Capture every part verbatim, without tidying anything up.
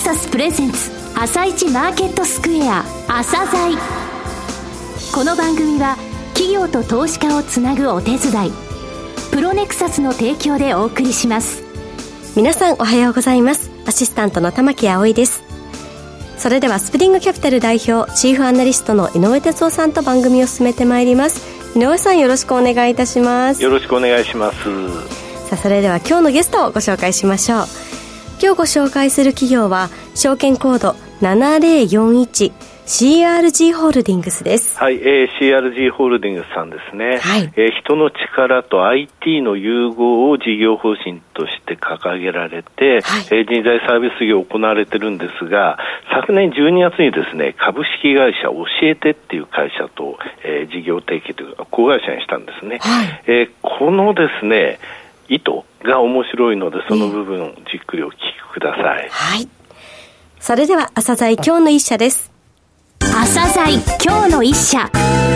サスプレゼンツ朝一マーケットスクエア朝鮮。この番組は企業と投資家をつなぐお手伝いプロネクサスの提供でお送りします。 皆さんおはようございます。アシスタントの玉木葵です。それではスプリングキャピタル代表チーフアナリストの井上哲夫さんと番組を進めてまいります。井上さん、よろしくお願いいたします。 よろしくお願いします。 さあ、それでは今日のゲストをご紹介しましょう。今日ご紹介する企業は証券コードななぜろよんいち シーアールジー ホールディングスです。 はい、えー、シーアールジー ホールディングスさんですね。 はい、 えー、人の力と アイティー の融合を事業方針として掲げられて、はい、えー、人材サービス業を行われているんですが、昨年じゅうにがつにですね、株式会社教えてっていう会社と、えー、事業提携というか子会社にしたんですね。はい、えー、このですね意図が面白いので、その部分をじっくりお聞きください。 はい。それでは朝鮮今日の一社です。 朝鮮今日の一社。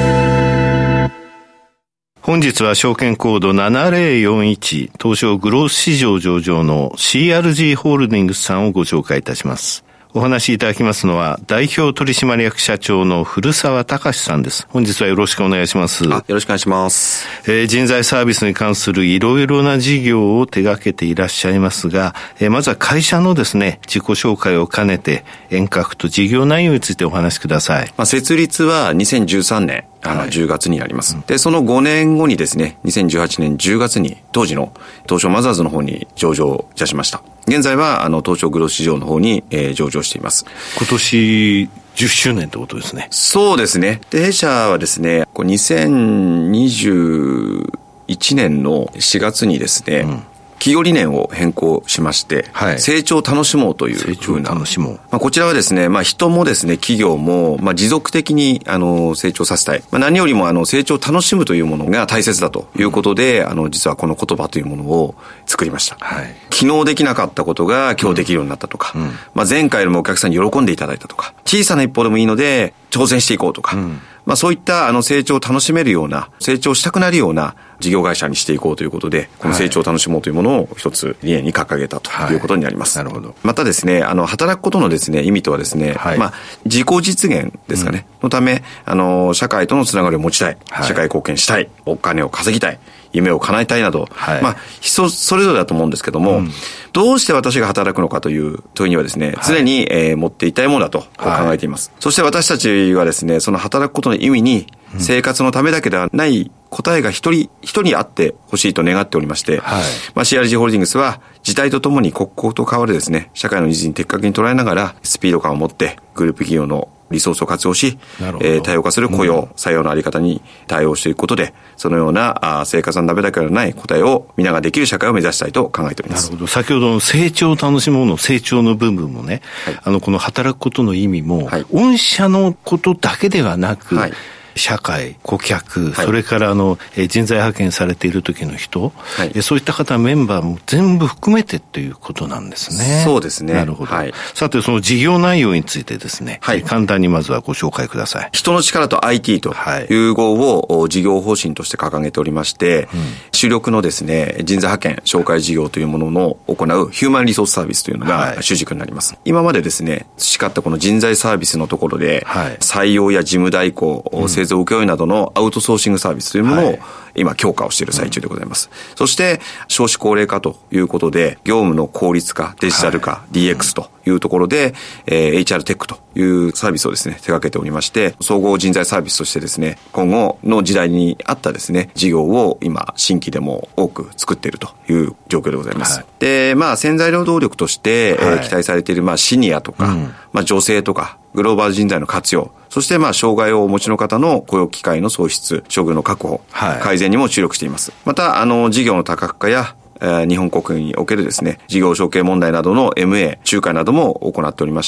本日は証券コードななぜろよんいち東証グロース市場上場の シーアールジー ホールディングスさんをご紹介いたします。お話しいただきますのは代表取締役社長の古澤隆さんです。本日はよろしくお願いします。 あ、よろしくお願いします。 えー、人材サービスに関するいろいろな事業を手掛けていらっしゃいますが、えー、まずは会社のですね自己紹介を兼ねて遠隔と事業内容についてお話しください。 まあ、設立はにせんじゅうさんねんあのじゅうがつになります。はい、でそのごねんごにですねにせんじゅうはちねんじゅうがつに当時の東証マザーズの方に上場いたしました。現在はあの東証グロース市場の方に、えー、上場しています。 今年じゅっしゅうねんってことですね。 そうですね。で弊社はですねにせんにじゅういちねんのしがつにですね、うん、企業理念を変更しまして、はい、成長を楽しもうというふうな、 楽しもう、 まあ、こちらはですね、まあ、人もですね企業も、まあ、持続的にあの成長させたい、まあ、何よりもあの成長を楽しむというものが大切だということで、うん、あの実はこの言葉というものを作りました。はい、昨日できなかったことが今日できるようになったとか、うん、まあ、前回よりもお客さんに喜んでいただいたとか、小さな一歩でもいいので挑戦していこうとか、うん、まあ、そういったあの成長を楽しめるような、成長したくなるような事業会社にしていこうということで、この成長を楽しもうというものを一つ理念に掲げたということになります。 はい、なるほど。 またですね、あの働くことのですね意味とはですね、はい、まあ自己実現ですかね、うん、のためあの社会とのつながりを持ちたい、はい、社会貢献したい、お金を稼ぎたい、夢を叶えたいなど、はい、まあ人それぞれだと思うんですけども、うん、どうして私が働くのかという問いにはですね、はい、常に、えー、持っていたいものだと考えています。はい、そして私たちはですね、その働くことの意味に、生活のためだけではない答えが一人一人にあってほしいと願っておりまして、はい、まあ、シーアールジー ホールディングスは時代とともに刻々と変わるですね社会のニーズに的確に捉えながらスピード感を持ってグループ企業のリソースを活用し、えー、多様化する雇用、うん、採用のあり方に対応していくことで、そのようなあ生活のためだけではない答えを皆ができる社会を目指したいと考えております。 なるほど。先ほどの成長を楽しむの成長の部分もね、はい、あのこの働くことの意味も、はい、御社のことだけではなく、はい、社会、顧客、はい、それからあの人材派遣されている時の人、はい、そういった方メンバーも全部含めてということなんですね。 そうですね。 なるほど。 はい、 さてその事業内容についてですね、はい、簡単にまずはご紹介ください。 人の力と アイティー と融合を事業方針として掲げておりまして、うん、主力のですね人材派遣紹介事業というものの行うヒューマンリソースサービスというのが主軸になります。はい、今までですね培ったこの人材サービスのところで、はい、採用や事務代行、うん、製造請負などのアウトソーシングサービスというものを今強化をしている最中でございます。うん、そして少子高齢化ということで業務の効率化、デジタル化、はい、ディーエックス というところで、えー、エイチアール テックというサービスをですね手掛けておりまして、総合人材サービスとしてですね今後の時代に合ったですね事業を今新規でも多く作っているという状況でございます。はい、でまあ潜在労働力として、はい、えー、期待されているまあシニアとか、うん、まあ女性とかグローバル人材の活用、そしてまあ障害をお持ちの方の雇用機会の創出、処遇の確保、はい、改善にも注力しています。またあの事業の多角化や日本国におけるですね事業承継問題などの エムエー 仲介なども行っておりまして、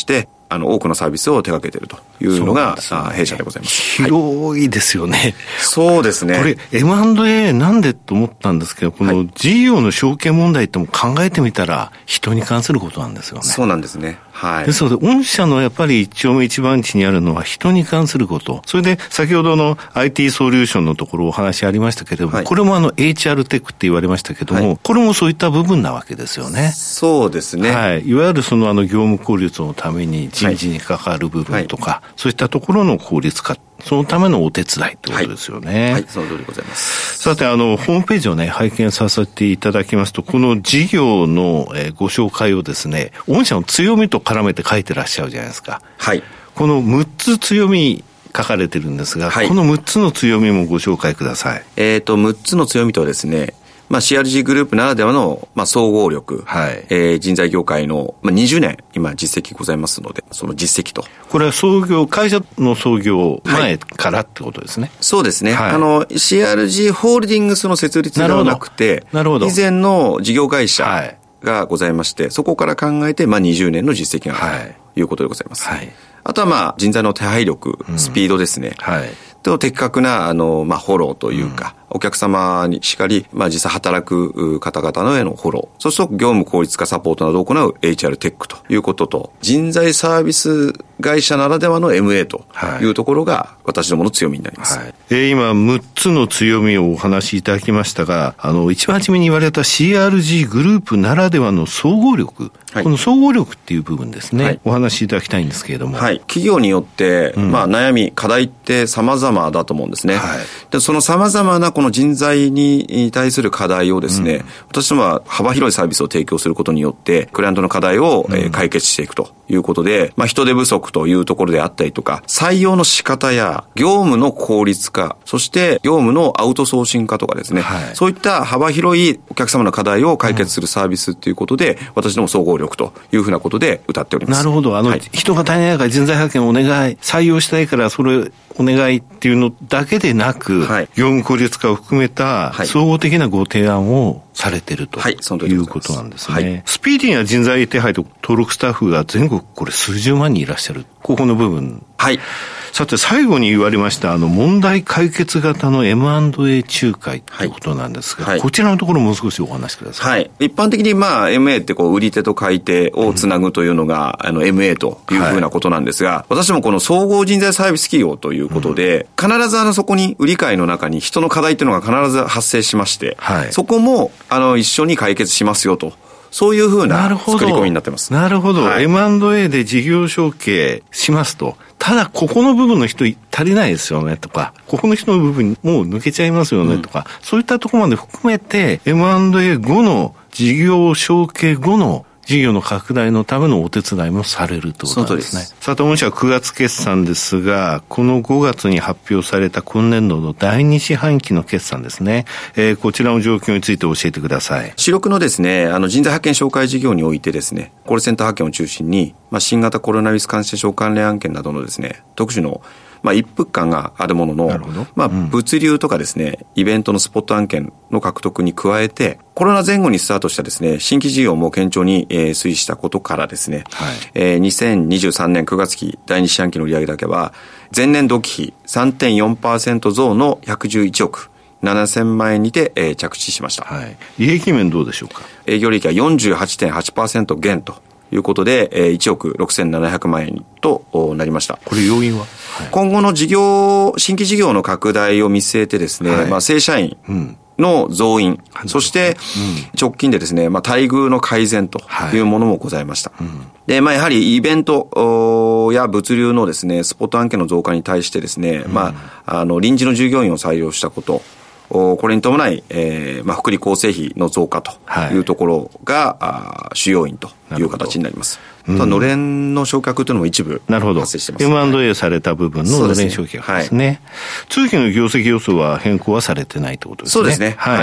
あの、多くのサービスを手掛けているというのが、ね、弊社でございます。 広いですよね。はい、 そうですね。 これ、エムアンドエー なんでと思ったんですけど、この事業の承継問題っても考えてみたら、人に関することなんですよね。 そうなんですね。はい。 ですので、御社のやっぱり一丁目一番地にあるのは人に関すること。それで、先ほどの アイティー ソリューションのところお話ありましたけれども、はい、これもあの エイチアール テックって言われましたけども、はい、これもそういった部分なわけですよね。 そうですね。 はい。いわゆるそのあの業務効率のために人事に関わる部分とか、はい、そういったところの効率化、そのためのお手伝いってことですよね。 はい、はい、その通りでございます。 さて、あの、ホームページをね、拝見させていただきますと、この事業の、えー、ご紹介をですね、御社の強みと絡めて書いてらっしゃるじゃないですか。 はい。 このむっつ強み書かれてるんですが、はい、このむっつの強みもご紹介ください。 えっと、むっつの強みとはですね、まあ、シーアールジー グループならではの、まあ、総合力、はい、えー、人材業界の、まあ、にじゅうねん、今、実績ございますので、その実績と。 これは創業、会社の創業前からってことですね。はい、 そうですね。はい、あの、シーアールジー ホールディングスの設立ではなくて、 なるほど。 以前の事業会社がございまして、はい、そこから考えて、まあ、にじゅうねんの実績があるということでございます。はい、あとは、まあ、人材の手配力、スピードですね。うん、はい。と、的確な、あの、まあ、フォローというか、うん、お客様にしかり、まあ、実際働く方々のへのフォロー、そうすると業務効率化サポートなどを行う エイチアール テックということと、人材サービス会社ならではの エムエー というところが、私どもの強みになります。はい、 えー、今、むっつの強みをお話しいただきましたが、あの、一番初めに言われた シーアールジー グループならではの総合力、はい、この総合力っていう部分ですね、はい、お話しいただきたいんですけれども。 はい。企業によって、うん、まあ、悩み、課題って様々だと思うんですね。はい、でその様々なこの人材に対する課題をですね、うん、私どもは幅広いサービスを提供することによって、クライアントの課題を、うん、えー、解決していくということで、まあ、人手不足というところであったりとか、採用の仕方や業務の効率化、そして業務のアウトソーシング化とかですね、はい、そういった幅広いお客様の課題を解決するサービスということで、うん、私ども総合力というふうなことで謳っております。 なるほど。あの、はい、人が足りないから人材派遣お願い、採用したいからそれお願いっていうのだけでなく、はい、業務効率化を含めた総合的なご提案をされていると、はい、いうことなんですね。はい、スピーディーな人材手配と登録スタッフが全国これ数十万人いらっしゃる。ここの部分。はい。さて最後に言われましたあの問題解決型の エムアンドエー 仲介ということなんですが、はい、こちらのところもう少しお話しください。 はい。一般的にまあ エムエー ってこう売り手と買い手をつなぐというのが、うん、あの エムエー というふうなことなんですが、はい、私もこの総合人材サービス企業ということで、うん、必ずあのそこに売り買いの中に人の課題というのが必ず発生しまして、はい、そこもあの一緒に解決しますよと。そういうふうな作り込みになってます。 なるほど。はい、エムアンドエー で事業承継しますと。ただ、ここの部分の人足りないですよねとか、ここの人の部分もう抜けちゃいますよねとか、うん、そういったところまで含めて エムアンドエー 後の事業承継後の事業の拡大のためのお手伝いもされるということなんですね。さて、御社はくがつ決算ですが、このごがつに発表された今年度のだいに四半期の決算ですね。えー、こちらの状況について教えてください。 主力のですね、あの人材派遣紹介事業においてですね、コールセンター派遣を中心に、まあ、新型コロナウイルス感染症関連案件などのですね、特殊のまあ、一服感があるものの、まあ、物流とかですね、イベントのスポット案件の獲得に加えて、コロナ前後にスタートしたですね、新規事業も堅調に、えー、推移したことからですね、はい、えー、にせんにじゅうさんねんくがつ期だいに四半期の売上高は、前年同期比 さんてんよんパーセント 増のひゃくじゅういちおくななせんまんえんにて、えー、着地しました。はい、 利益面どうでしょうか。 営業利益は よんじゅうはちてんはちパーセント 減ということで、いちおくろくせんななひゃくまんえんとなりました。 これ要因は、 はい、今後の事業、新規事業の拡大を見据えてですね、はい、まあ、正社員の増員、うん、そして直近でですね、まあ、待遇の改善というものもございました。はい、うん、で、まあ、やはりイベントや物流のですね、スポット案件の増加に対してですね、うん、まあ、あの、臨時の従業員を採用したこと、これに伴い、えー、まあ、福利厚生費の増加というところが、はい、主要因という形になります。うん、のれんの償却というのも一部発生しています。 エムアンドエー された部分ののれん償却ですね。はい、通期の業績予想は変更はされてないということですね。 そうですね。はい。はい、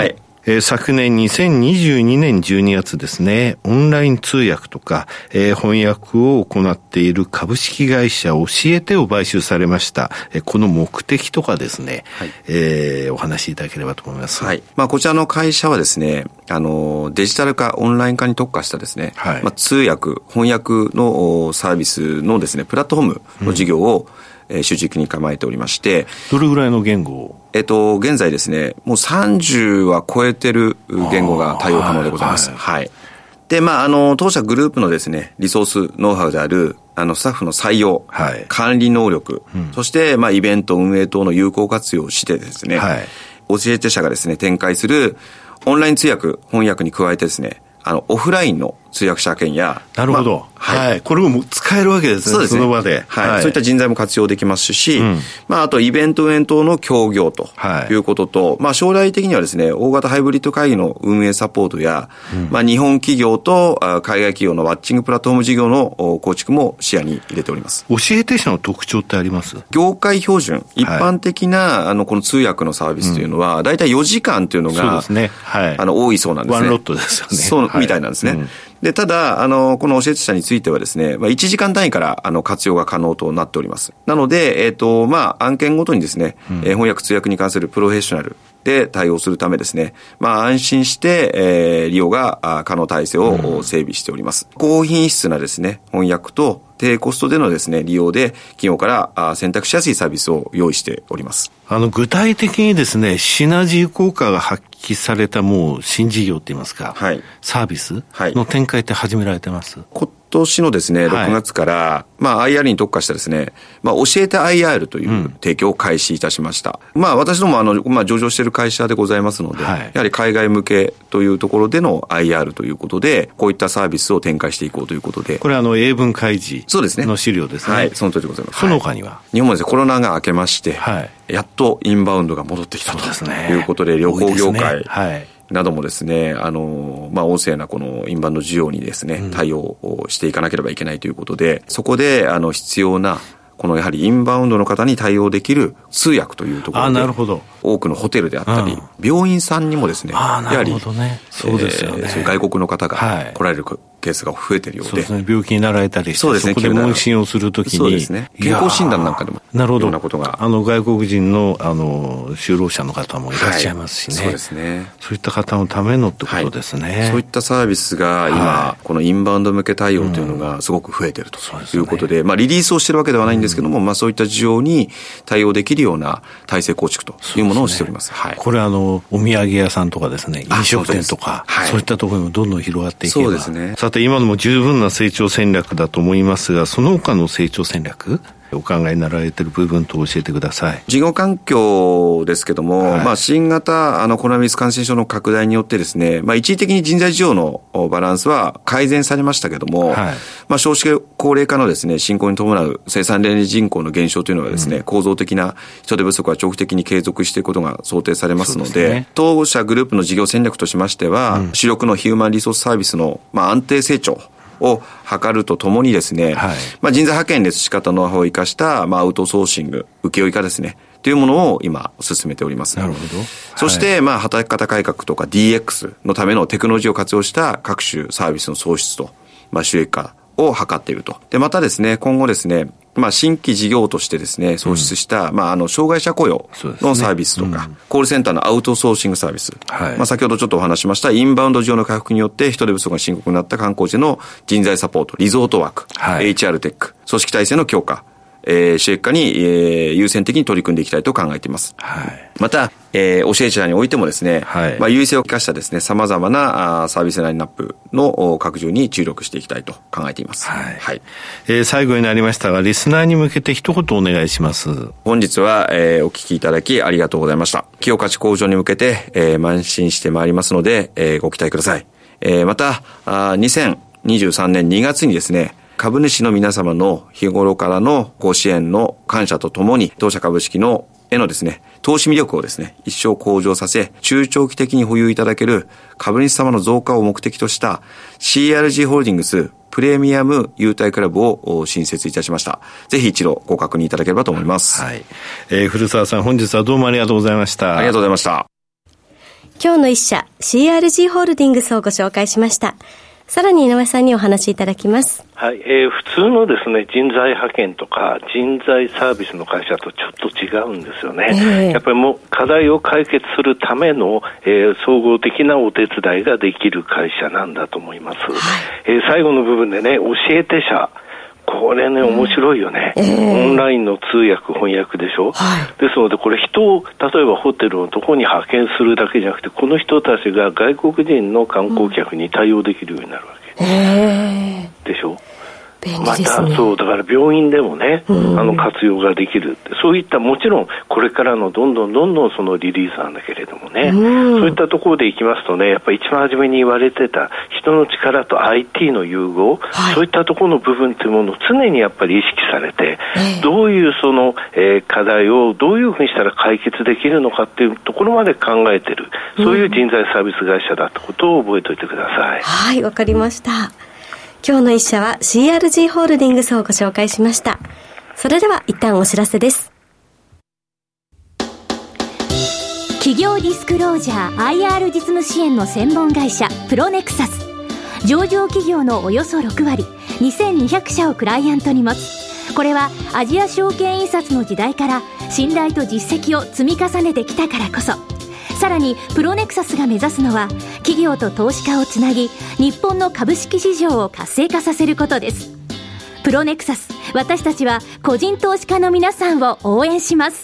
えー、昨年にせんにじゅうにねんじゅうにがつですね、オンライン通訳とか、えー、翻訳を行っている株式会社教えてを買収されました。えー、この目的とかですね、はい、えー、お話しいただければと思います。 はい。まあ、こちらの会社はですね、あの、デジタル化、オンライン化に特化したですね、はい、まあ、通訳、翻訳のサービスのですね、プラットフォームの事業を、うん、えー、主軸に構えておりまして、 どれぐらいの言語をえっと、現在ですね、もうさんじゅうは超えてる言語が対応可能でございます。はい。はい、で、まあ、あの、当社グループのですね、リソース、ノウハウである、あの、スタッフの採用、はい、管理能力、うん、そして、まあ、イベント運営等の有効活用をしてですね、はい、教えて社がですね、展開するオンライン通訳、翻訳に加えてですね、あの、オフラインの通訳者権や。 なるほど。まあ、はい。はい。これも使えるわけですね。そうですね。その場で。 はい。はい、そういった人材も活用できますし、うん、まあ、あとイベント運営等の協業ということと、はい、まあ、将来的にはですね、大型ハイブリッド会議の運営サポートや、うん、まあ、日本企業と海外企業のマッチングプラットフォーム事業の構築も視野に入れております。 教えて社の特徴ってあります？ 業界標準、一般的な、はい、あの、この通訳のサービスというのは、だいたいよじかんというのが、そうですね。はい。あの、多いそうなんですね。 ワンロットですよね。 そう、はい、みたいなんですね。うん、で、ただ、あの、この教えて社についてはですね、まあ、いちじかん単位から、あの、活用が可能となっております。なので、えっと、まあ、案件ごとにですね、うん、えー、翻訳通訳に関するプロフェッショナルで対応するためですね、まあ、安心して、えー、利用が可能体制を整備しております。うん、高品質なですね、翻訳と、低コストでのですね、利用で企業から選択しやすいサービスを用意しております。 あの、具体的にですね、シナジー効果が発揮されたもう新事業って言いますか、はい、サービスの展開って始められてます？ 今年のですね、ろくがつから、はい、まあ アイアール に特化したですね、まあ教えて アイアール という提供を開始いたしました。うん、まあ私どもあの、まあ上場している会社でございますので、はい、やはり海外向けというところでの アイアール ということで、こういったサービスを展開していこうということで。 これあの英文開示の資料ですね。 はい、その通りでございます。 その他には、 はい、日本もですね、コロナが明けまして、はい、やっとインバウンドが戻ってきたということで、旅行業界、はいなどもですね、あの、まあ、旺盛なこのインバウンド需要にですね、うん、対応をしていかなければいけないということで、そこで、あの、必要な、このやはりインバウンドの方に対応できる通訳というところで、 あ、なるほど。 多くのホテルであったり、うん、病院さんにもですね、 あ、なるほどね、そうですよね、 えー、そういう外国の方が来られるケースが増えているようで、 そうですね、病気になられたりして、そうですね、そこで問診をするときに、 そうですね、健康診断なんかでも、 なるほど、いろんなことが、あの外国人のあの就労者の方もいらっしゃいますしね、はい、そうですね、そういった方のためのってことですね、はい、 そういったサービスが今、はい、このインバウンド向け対応というのがすごく増えているということで、うん、まあリリースをしているわけではないんですけども、うん、まあそういった需要に対応できるような体制構築というものをしております。 はい、これあのお土産屋さんとかですね、飲食店とか、はい、そういったところにもどんどん広がっていけば、そうですね。さて今のも十分な成長戦略だと思いますが、その他の成長戦略お考えになられている部分と教えてください。 事業環境ですけども、はい、まあ新型あのコロナウイルス感染症の拡大によってですね、まあ一時的に人材需要のバランスは改善されましたけども、はい、まあ少子高齢化のですね進行に伴う生産年齢人口の減少というのはですね、うん、構造的な人手不足は長期的に継続していくことが想定されますので、でね、当社グループの事業戦略としましては、うん、主力のヒューマンリソースサービスのまあ安定成長を図るとともにですね、はい、まあ人材派遣です仕方ノウハウを生かした、まあアウトソーシング、請負化ですね、というものを今進めております。 なるほど。はい、 そして、まあ働き方改革とか ディーエックス のためのテクノロジーを活用した各種サービスの創出と、まあ収益化を図っていると。で、またですね、今後ですね、まあ、新規事業としてですね、創出した、うん、まあ、あの、障害者雇用のサービスとか、ね、うん、コールセンターのアウトソーシングサービス。はい、まあ、先ほどちょっとお話しました、インバウンド需要の回復によって人手不足が深刻になった観光地での人材サポート、リゾートワーク、はい、エイチアール テック、組織体制の強化、えー、収益化に、えー、優先的に取り組んでいきたいと考えています。はい、また、えー、教え者においてもですね、はい、まあ、優位性を生かしたですね、様々なあサービスラインナップの拡充に注力していきたいと考えています。はい。はい、 えー、最後になりましたが、リスナーに向けて一言お願いします。 本日は、えー、お聞きいただきありがとうございました。企業価値向上に向けて、えー、邁進してまいりますので、えー、ご期待ください。えー、また、あにせんにじゅうさんねんにがつにですね、株主の皆様の日頃からのご支援の感謝とともに、当社株式のへのですね、投資魅力をですね、一生向上させ、中長期的に保有いただける株主様の増加を目的とした シーアールジー ホールディングスプレミアム優待クラブを新設いたしました。ぜひ一度ご確認いただければと思います。 はい。えー、古澤さん、本日はどうもありがとうございました。 ありがとうございました。 今日の一社 シーアールジー ホールディングスをご紹介しました。さらに井上さんにお話しいただきます。 はい、えー、普通のですね、人材派遣とか人材サービスの会社とちょっと違うんですよね。えー、やっぱりもう課題を解決するための、えー、総合的なお手伝いができる会社なんだと思います。はい、えー、最後の部分でね、教え手者。これね、面白いよね、えー、オンラインの通訳翻訳でしょ、はい、ですのでこれ人を例えばホテルのところに派遣するだけじゃなくて、この人たちが外国人の観光客に対応できるようになるわけ、えー、でしょ。便利ですね。またそうだから病院でもね、うん、あの活用ができる。そういったもちろんこれからのどんどんどんどんそのリリースなんだけれどもね、うん、そういったところでいきますとね、やっぱり一番初めに言われてた人の力と アイティー の融合、はい、そういったところの部分というものを常にやっぱり意識されて、えー、どういうその、えー、課題をどういうふうにしたら解決できるのかっていうところまで考えている、そういう人材サービス会社だってことを覚えておいてください。 はい、わかりました。今日の一社は シーアールジー ホールディングスをご紹介しました。それでは一旦お知らせです。 企業ディスクロージャー アイアール 実務支援の専門会社プロネクサス。上場企業のおよそろくわり、にせんにひゃくしゃをクライアントに持つ。これはアジア証券印刷の時代から信頼と実績を積み重ねてきたからこそ。さらにプロネクサスが目指すのは企業と投資家をつなぎ、日本の株式市場を活性化させることです。プロネクサス、私たちは個人投資家の皆さんを応援します。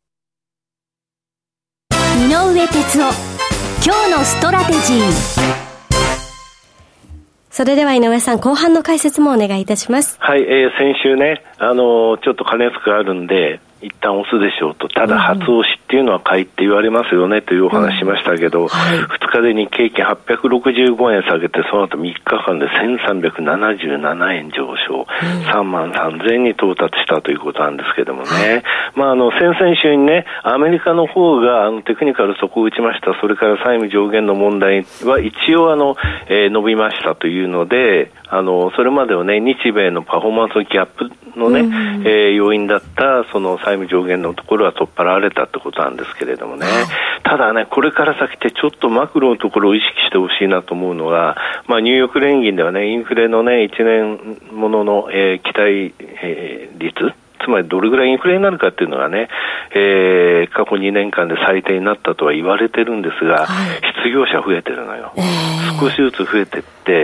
井上哲夫、今日のストラテジー。 それでは井上さん、後半の解説もお願いいたします。 はい、えー、先週ね、あのー、ちょっと過熱があるんで一旦押すでしょうと、ただ初押しっていうのは買いって言われますよねというお話しましたけど、うんはい、ふつかで日経平均はっぴゃくろくじゅうごえん下げて、その後みっかかんでせんさんびゃくななじゅうななえん上昇、うん、さんまんさんぜんえんに到達したということなんですけどもね、はい、まああの先々週にね、アメリカの方があのテクニカル底を打ちました。それから債務上限の問題は一応あの、えー、伸びましたというので、あのそれまではね、日米のパフォーマンスのギャップのね、うんえー、要因だったその債務上限のところは取っ払われたってことなんですけれどもね、ただね、これから先ってちょっとマクロのところを意識してほしいなと思うのが、まあ、ニューヨーク連銀ではね、インフレのねいちねんものの、えー、期待、えー、率、つまりどれぐらいインフレになるかっていうのがね、えー、過去にねんかんで最低になったとは言われてるんですが、はい、失業者増えてるのよ、えー、少しずつ増えてって、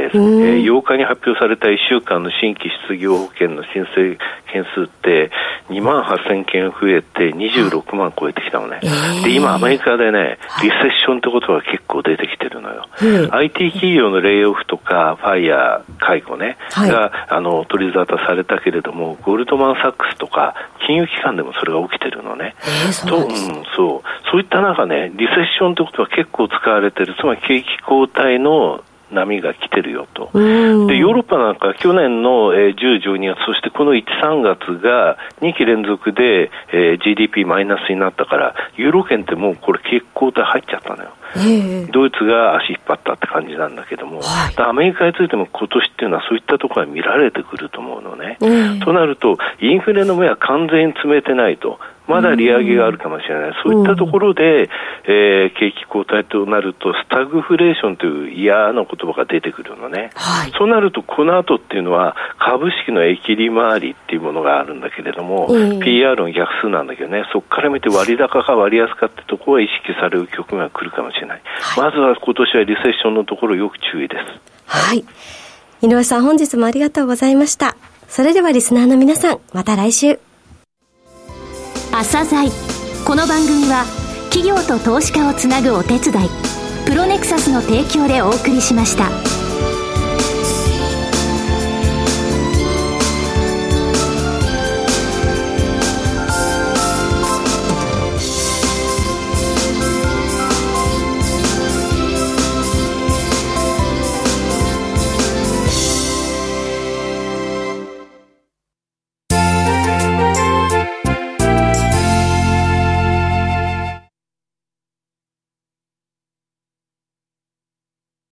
えー、ようかに発表されたいっしゅうかんの新規失業保険の申請件数ってにまんはっせんけん増えてにじゅうろくまん超えてきたのね、えー、で今アメリカでねリセッションってことが結構出てきてるのよ、はい、アイティー 企業のレイオフとかファイヤー解雇ね、はい、があの取り沙汰されたけれども、ゴールドマンサックスとか金融機関でもそれが起きてるのね、 えー、そうですね、 と、うん、そうそういった中ね、リセッションってことは結構使われてる。つまり景気後退の波が来てるよと。でヨーロッパなんか去年のじゅう、じゅうにがつ、そしてこのいち、さんがつがにき連続で ジーディーピー マイナスになったから、ユーロ圏ってもうこれ景気後退入っちゃったのよ、えー、ドイツが足引っ張ったって感じなんだけども、はい、アメリカについても今年っていうのはそういったところが見られてくると思うのね、えー、となるとインフレの目は完全に詰めてないと、まだ利上げがあるかもしれない、そういったところで、えー、景気後退となるとスタグフレーションという嫌な言葉が出てくるのね、はい、そうなるとこの後っていうのは株式の益利回りっていうものがあるんだけれども、うん、ピーアール の逆数なんだけどね、そこから見て割高か割安かってところは意識される局面が来るかもしれない、はい、まずは今年はリセッションのところよく注意です。 はい、井上さん、本日もありがとうございました。それではリスナーの皆さん、また来週。 朝鮮、この番組は企業と投資家をつなぐお手伝い、プロネクサスの提供でお送りしました。